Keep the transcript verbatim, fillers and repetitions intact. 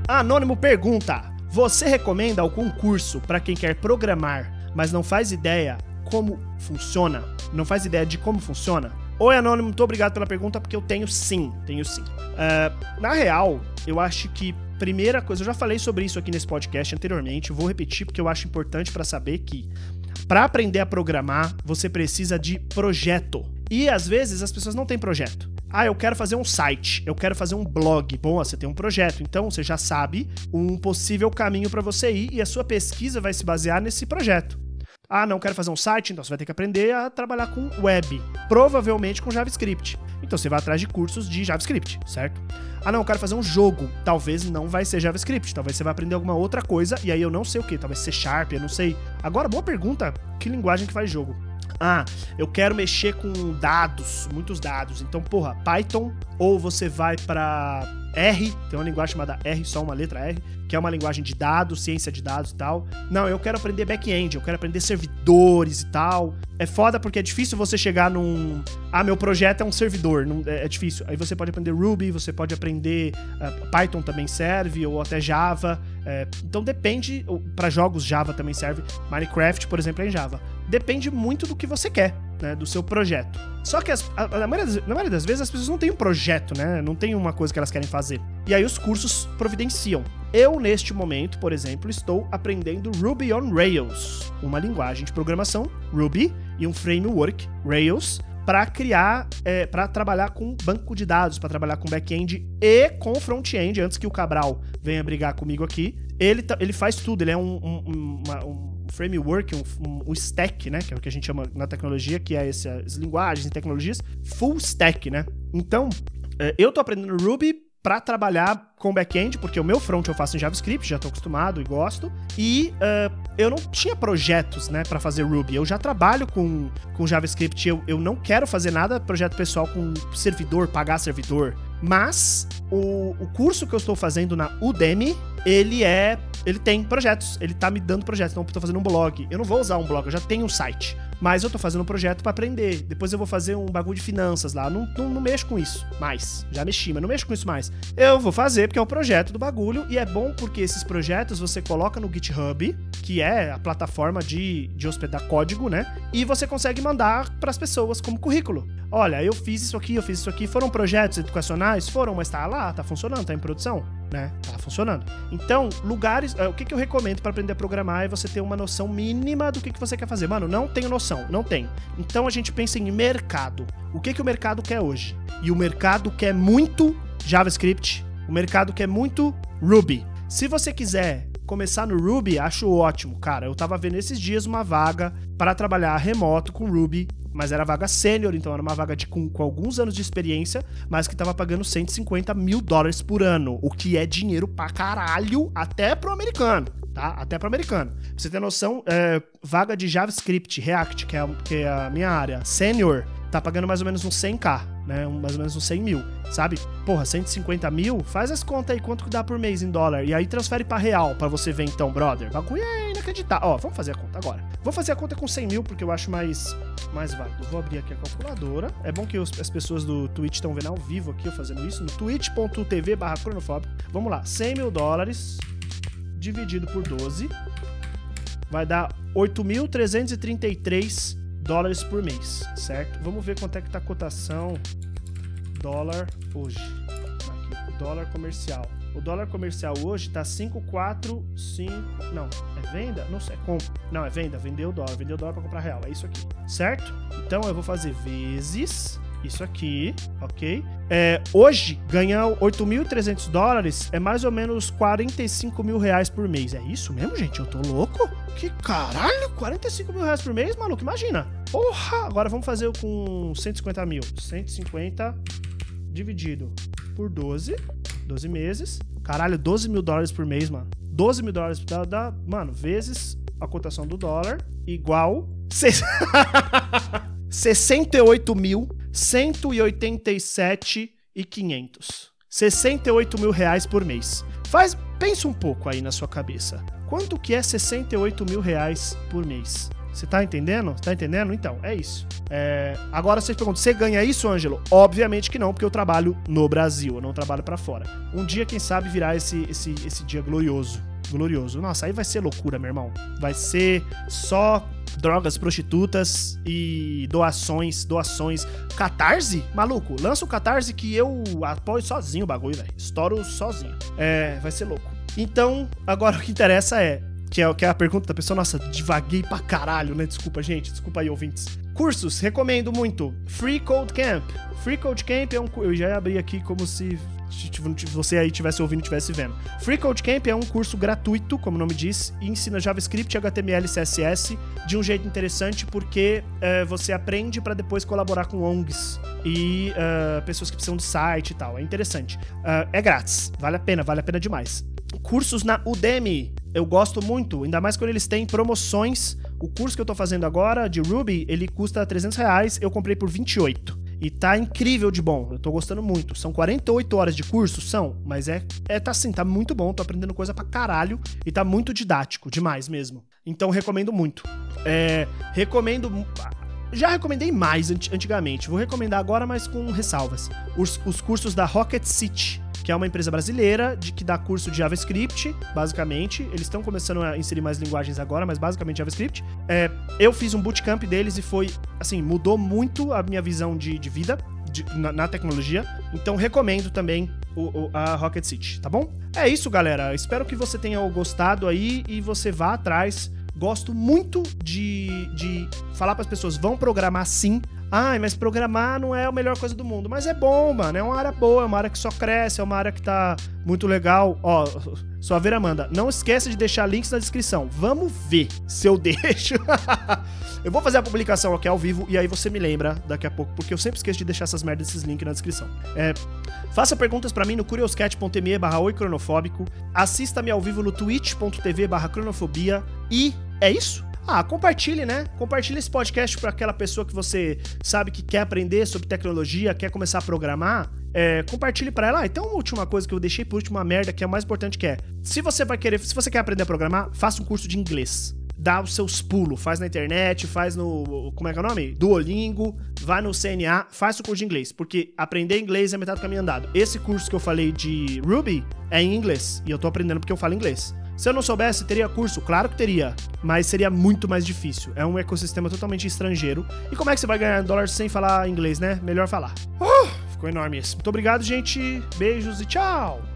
Anônimo pergunta: você recomenda algum curso para quem quer programar, mas não faz ideia como funciona? Não faz ideia de como funciona? Oi, Anônimo, muito obrigado pela pergunta, porque eu tenho sim, tenho sim. Uh, na real, eu acho que primeira coisa, eu já falei sobre isso aqui nesse podcast anteriormente, vou repetir porque eu acho importante para saber que para aprender a programar, você precisa de projeto. E às vezes as pessoas não têm projeto. Ah, eu quero fazer um site, eu quero fazer um blog. Bom, você tem um projeto, então você já sabe um possível caminho para você ir e a sua pesquisa vai se basear nesse projeto. Ah, não quero fazer um site, então você vai ter que aprender a trabalhar com web, provavelmente com JavaScript. Então você vai atrás de cursos de JavaScript, certo? Ah, não, eu quero fazer um jogo, talvez não vai ser JavaScript, talvez você vai aprender alguma outra coisa, e aí eu não sei o que, talvez C Sharp, eu não sei. Agora, boa pergunta, que linguagem que faz jogo? Ah, eu quero mexer com dados, muitos dados, então, porra, Python, ou você vai pra R, tem uma linguagem chamada R, só uma letra R, que é uma linguagem de dados, ciência de dados e tal. Não, eu quero aprender back-end, eu quero aprender servidores e tal. É foda porque é difícil você chegar num... Ah, meu projeto é um servidor, não... é, é difícil. Aí você pode aprender Ruby, você pode aprender... Uh, Python também serve, ou até Java. É, então depende... Para jogos Java também serve. Minecraft, por exemplo, é em Java. Depende muito do que você quer, né, do seu projeto. Só que as, a, na, maioria das, na maioria das vezes as pessoas não têm um projeto, né? Não tem uma coisa que elas querem fazer. E aí os cursos providenciam. Eu, neste momento, por exemplo, estou aprendendo Ruby on Rails, uma linguagem de programação Ruby e um framework Rails para criar, é, para trabalhar com banco de dados, para trabalhar com back-end e com front-end, antes que o Cabral venha brigar comigo aqui. Ele, ele faz tudo, ele é um, um, uma, um framework, um, um, um stack, né, que é o que a gente chama na tecnologia, que é essas linguagens e tecnologias, full stack, né? Então, eu tô aprendendo Ruby para trabalhar com back-end, porque o meu front eu faço em JavaScript, já tô acostumado e gosto, e uh, eu não tinha projetos, né, para fazer Ruby, eu já trabalho com, com JavaScript, eu, eu não quero fazer nada projeto pessoal com servidor, pagar servidor, mas o, o curso que eu estou fazendo na Udemy, ele é, ele tem projetos, ele tá me dando projetos, então eu tô fazendo um blog, eu não vou usar um blog, eu já tenho um site, mas eu tô fazendo um projeto pra aprender, depois eu vou fazer um bagulho de finanças lá, não, não, não mexo com isso mais, já mexi, mas não mexo com isso mais, eu vou fazer porque é o projeto do bagulho, e é bom porque esses projetos você coloca no GitHub, que é a plataforma de, de hospedar código, né, e você consegue mandar pras pessoas como currículo. Olha, eu fiz isso aqui, eu fiz isso aqui, foram projetos educacionais? Foram, mas tá lá, tá funcionando, tá em produção, né? Tá funcionando. Então, lugares... O que, que eu recomendo pra aprender a programar é você ter uma noção mínima do que, que você quer fazer. Mano, não tenho noção, não tenho. Então a gente pensa em mercado. O que, que o mercado quer hoje? E o mercado quer muito JavaScript, o mercado quer muito Ruby. Se você quiser começar no Ruby, acho ótimo, cara. Eu tava vendo esses dias uma vaga para trabalhar remoto com Ruby, mas era vaga sênior, então era uma vaga de, com, com alguns anos de experiência, mas que tava pagando cento e cinquenta mil dólares por ano, o que é dinheiro pra caralho, até pro americano, tá? Até pro americano. Pra você ter noção, é, vaga de JavaScript, React, que é, que é a minha área, sênior, tá pagando mais ou menos uns cem k, né? Um, mais ou menos uns cem mil, sabe? Porra, cento e cinquenta mil? Faz as contas aí, quanto que dá por mês em dólar. E aí transfere pra real, pra você ver então, brother. Bagulho é inacreditável. Ó, vamos fazer a conta agora. Vou fazer a conta com cem mil, porque eu acho mais, mais válido. Vou abrir aqui a calculadora. É bom que os, as pessoas do Twitch estão vendo ao vivo aqui, eu fazendo isso, no twitch ponto tv barra cronofóbico. Vamos lá, cem mil dólares dividido por doze vai dar oito mil trezentos e trinta e três dólares por mês, certo? Vamos ver quanto é que tá a cotação dólar hoje. Aqui, dólar comercial. O dólar comercial hoje tá cinco quatro cinco... Não, é venda? Não sei, é compra. Não, é venda, vendeu o dólar. Vendeu o dólar pra comprar real, é isso aqui, certo? Então eu vou fazer vezes isso aqui, ok? É, hoje, ganhar oito mil e trezentos dólares é mais ou menos quarenta e cinco mil reais por mês. É isso mesmo, gente? Eu tô louco? Que caralho? quarenta e cinco mil reais por mês, maluco? Imagina. Porra! Agora vamos fazer com cento e cinquenta mil. cento e cinquenta dividido por doze. doze meses. Caralho, doze mil dólares por mês, mano. doze mil dólares dá, dá, mano, vezes a cotação do dólar, igual sessenta e oito mil cento e oitenta e sete mil e quinhentos. sessenta e oito mil reais por mês. Faz, pensa um pouco aí na sua cabeça. Quanto que é sessenta e oito mil reais por mês? Você tá entendendo? Você tá entendendo? Então, é isso. É... Agora vocês perguntam, você ganha isso, Ângelo? Obviamente que não, porque eu trabalho no Brasil, eu não trabalho pra fora. Um dia, quem sabe, virá esse, esse, esse dia glorioso. Glorioso. Nossa, aí vai ser loucura, meu irmão. Vai ser só drogas, prostitutas e doações, doações. Catarse? Maluco, lança o Catarse que eu apoio sozinho o bagulho, velho. Estouro sozinho. É, vai ser louco. Então, agora o que interessa é, que é, que é a pergunta da pessoa, nossa, divaguei pra caralho, né? Desculpa, gente, desculpa aí, ouvintes. Cursos, recomendo muito. Free Code Camp. Free Code Camp é um... Eu já abri aqui como se você aí estivesse ouvindo e estivesse vendo. Free Code Camp é um curso gratuito, como o nome diz, e ensina JavaScript, H T M L e C S S de um jeito interessante, porque é, você aprende para depois colaborar com O N Gs e uh, pessoas que precisam de site e tal. É interessante. Uh, é grátis. Vale a pena, vale a pena demais. Cursos na Udemy. Eu gosto muito, ainda mais quando eles têm promoções. O curso que eu tô fazendo agora, de Ruby, ele custa trezentos reais, eu comprei por vinte e oito. E tá incrível de bom, eu tô gostando muito. São quarenta e oito horas de curso? São, mas é, é tá assim, tá muito bom, tô aprendendo coisa pra caralho e tá muito didático, demais mesmo. Então recomendo muito. É, recomendo... Já recomendei mais antigamente, vou recomendar agora, mas com ressalvas. Os, os cursos da Rocket City, que é uma empresa brasileira de, que dá curso de JavaScript, basicamente. Eles estão começando a inserir mais linguagens agora, mas basicamente JavaScript. É, eu fiz um bootcamp deles e foi, assim, mudou muito a minha visão de, de vida de, na, na tecnologia. Então recomendo também o, o, a Rocket City, tá bom? É isso, galera. Espero que você tenha gostado aí e você vá atrás. Gosto muito de, de falar para as pessoas, vão programar sim. Ai, mas programar não é a melhor coisa do mundo. Mas é bom, mano. É uma área boa, é uma área que só cresce, é uma área que tá muito legal. Ó, só ver, Amanda. Não esqueça de deixar links na descrição. Vamos ver se eu deixo. Eu vou fazer a publicação aqui ao vivo e aí você me lembra daqui a pouco, porque eu sempre esqueço de deixar essas merdas, esses links na descrição. É, faça perguntas pra mim no curioscat.me barra oi cronofóbico. Assista-me ao vivo no twitch.tv barra cronofobia. E é isso. Ah, compartilhe, né? Compartilhe esse podcast para aquela pessoa que você sabe que quer aprender sobre tecnologia, quer começar a programar. É, compartilhe para ela. Ah, então, uma última coisa que eu deixei por último, uma merda, que é o mais importante, que é, se você vai querer, se você quer aprender a programar, faça um curso de inglês. Dá os seus pulos, faz na internet, faz no, como é que é o nome? Duolingo, vai no C N A, faz o curso de inglês, porque aprender inglês é metade do caminho andado. Esse curso que eu falei de Ruby é em inglês, e eu tô aprendendo porque eu falo inglês. Se eu não soubesse, teria curso? Claro que teria, mas seria muito mais difícil. É um ecossistema totalmente estrangeiro. E como é que você vai ganhar dólar sem falar inglês, né? Melhor falar. Uh, ficou enorme esse. Muito obrigado, gente. Beijos e tchau!